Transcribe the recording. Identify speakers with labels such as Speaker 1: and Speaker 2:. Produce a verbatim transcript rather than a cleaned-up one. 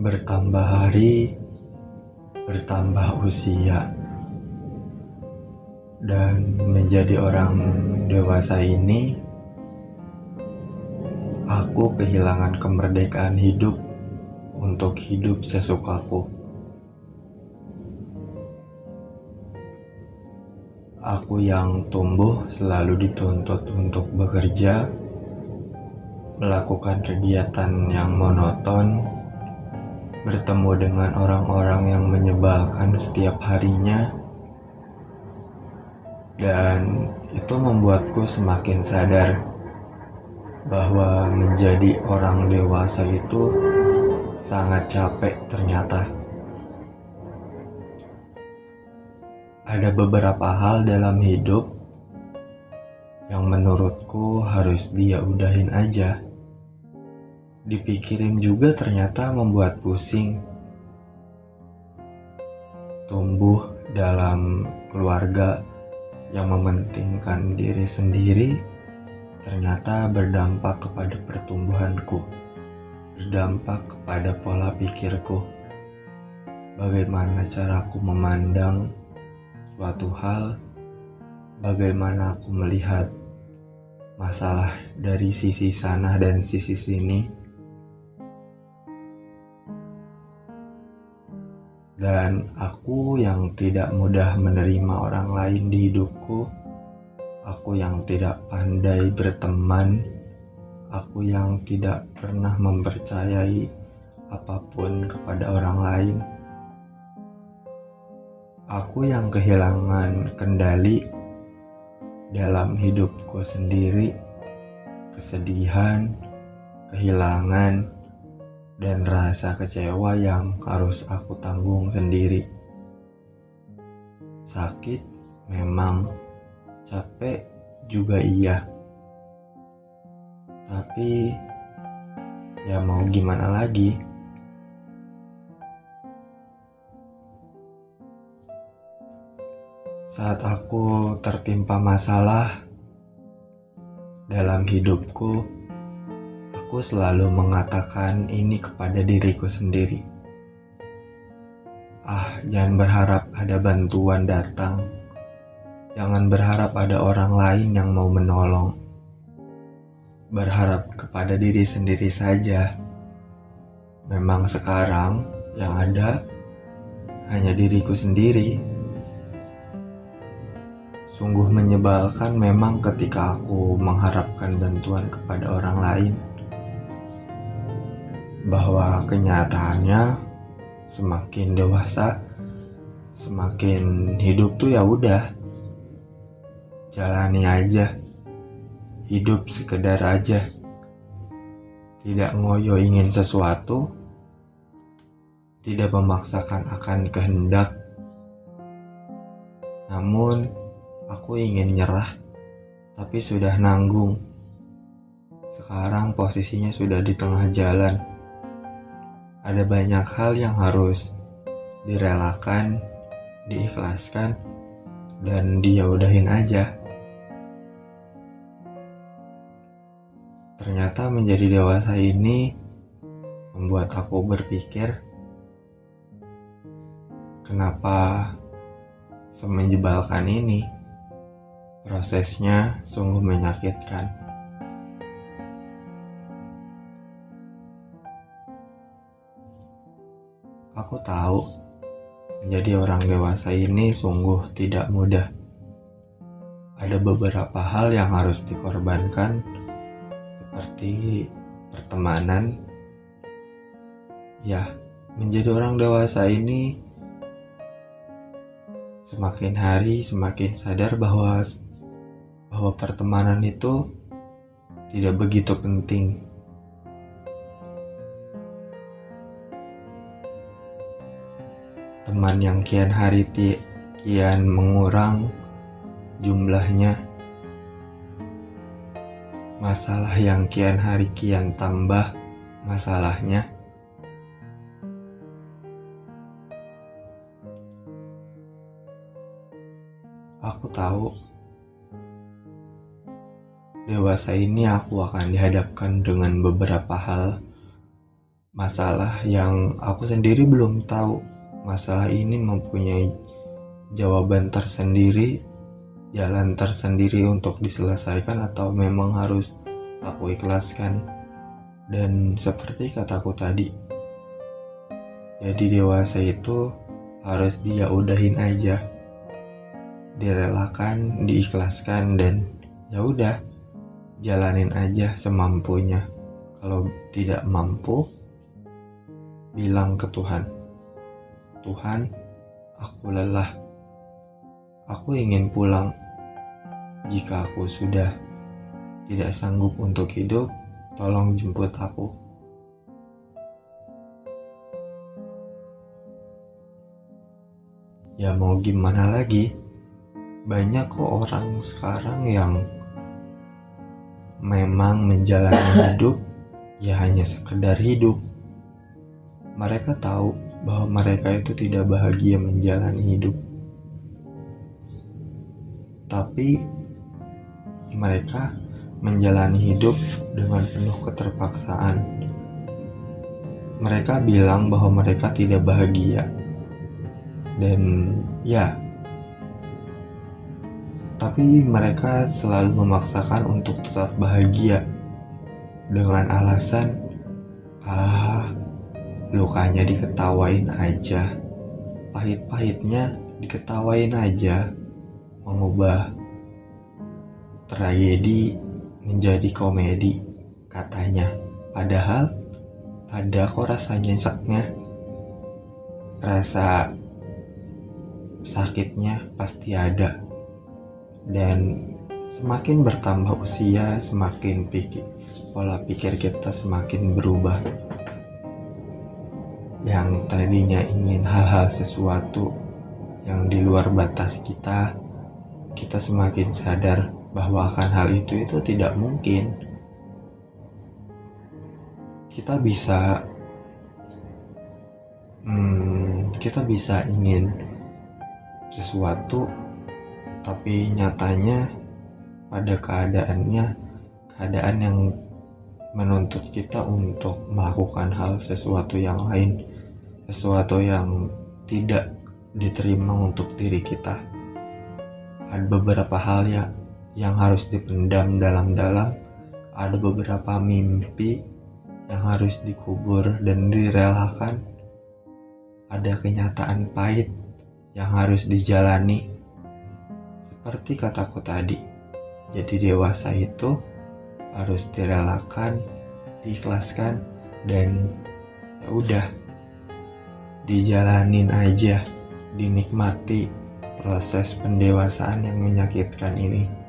Speaker 1: Bertambah hari, bertambah usia, dan menjadi orang dewasa ini, aku kehilangan kemerdekaan hidup untuk hidup sesukaku. Aku yang tumbuh selalu dituntut untuk bekerja, melakukan kegiatan yang monoton, bertemu dengan orang-orang yang menyebalkan setiap harinya, dan itu membuatku semakin sadar bahwa menjadi orang dewasa itu sangat capek ternyata. Ada beberapa hal dalam hidup yang menurutku harus dia udahin aja. Dipikirin juga ternyata membuat pusing. Tumbuh dalam keluarga yang mementingkan diri sendiri ternyata berdampak kepada pertumbuhanku, berdampak kepada pola pikirku. Bagaimana caraku memandang suatu hal, bagaimana aku melihat masalah dari sisi sana dan sisi sini. Dan aku yang tidak mudah menerima orang lain di hidupku, aku yang tidak pandai berteman, aku yang tidak pernah mempercayai apapun kepada orang lain. Aku yang kehilangan kendali dalam hidupku sendiri, kesedihan, kehilangan, dan rasa kecewa yang harus aku tanggung sendiri. Sakit memang, capek juga iya. Tapi ya mau gimana lagi? Saat aku tertimpa masalah dalam hidupku, aku selalu mengatakan ini kepada diriku sendiri. Ah, jangan berharap ada bantuan datang. Jangan berharap ada orang lain yang mau menolong. Berharap kepada diri sendiri saja. Memang sekarang yang ada hanya diriku sendiri. Sungguh menyebalkan memang ketika aku mengharapkan bantuan kepada orang lain. Bahwa kenyataannya semakin dewasa, semakin hidup tuh ya udah, jalani aja, hidup sekedar aja, tidak ngoyo ingin sesuatu, tidak memaksakan akan kehendak. Namun aku ingin nyerah, tapi sudah nanggung. Sekarang posisinya sudah di tengah jalan. Ada banyak hal yang harus direlakan, diikhlaskan, dan dia udahin aja. Ternyata menjadi dewasa ini membuat aku berpikir, kenapa semenyebalkan ini? Prosesnya sungguh menyakitkan. Aku tahu menjadi orang dewasa ini sungguh tidak mudah. Ada beberapa hal yang harus dikorbankan, seperti pertemanan. Ya, menjadi orang dewasa ini semakin hari semakin sadar bahwa bahwa pertemanan itu tidak begitu penting. Teman yang kian hari ti- kian mengurang jumlahnya, masalah yang kian hari kian tambah masalahnya. Aku tahu dewasa ini aku akan dihadapkan dengan beberapa hal, masalah yang aku sendiri belum tahu masalah ini mempunyai jawaban tersendiri, jalan tersendiri untuk diselesaikan, atau memang harus aku ikhlaskan. Dan seperti kataku tadi, jadi dewasa itu harus dia udahin aja, direlakan, diikhlaskan, dan ya udah jalanin aja semampunya. Kalau tidak mampu, bilang ke Tuhan, Tuhan, aku lelah, aku ingin pulang. Jika aku sudah tidak sanggup untuk hidup, tolong jemput aku. Ya mau gimana lagi, banyak kok orang sekarang yang memang menjalani hidup ya hanya sekedar hidup. Mereka tahu bahwa mereka itu tidak bahagia menjalani hidup, tapi mereka menjalani hidup dengan penuh keterpaksaan. Mereka bilang bahwa mereka tidak bahagia, dan ya, tapi mereka selalu memaksakan untuk tetap bahagia dengan alasan, ah, lukanya diketawain aja, pahit-pahitnya diketawain aja, mengubah tragedi menjadi komedi katanya. Padahal ada kok rasa nyeseknya, rasa sakitnya pasti ada. Dan semakin bertambah usia, semakin pikir, pola pikir kita semakin berubah. Yang tadinya ingin hal-hal sesuatu yang di luar batas kita, kita semakin sadar bahwa akan hal itu itu tidak mungkin. Kita bisa hmm, kita bisa ingin sesuatu, tapi nyatanya pada keadaannya keadaan yang menuntut kita untuk melakukan hal sesuatu yang lain, sesuatu yang tidak diterima untuk diri kita. Ada beberapa hal ya yang harus dipendam dalam-dalam, ada beberapa mimpi yang harus dikubur dan direlakan, ada kenyataan pahit yang harus dijalani. Seperti kataku tadi, jadi dewasa itu harus direlakan, diikhlaskan, dan ya udah dijalanin aja, dinikmati proses pendewasaan yang menyakitkan ini.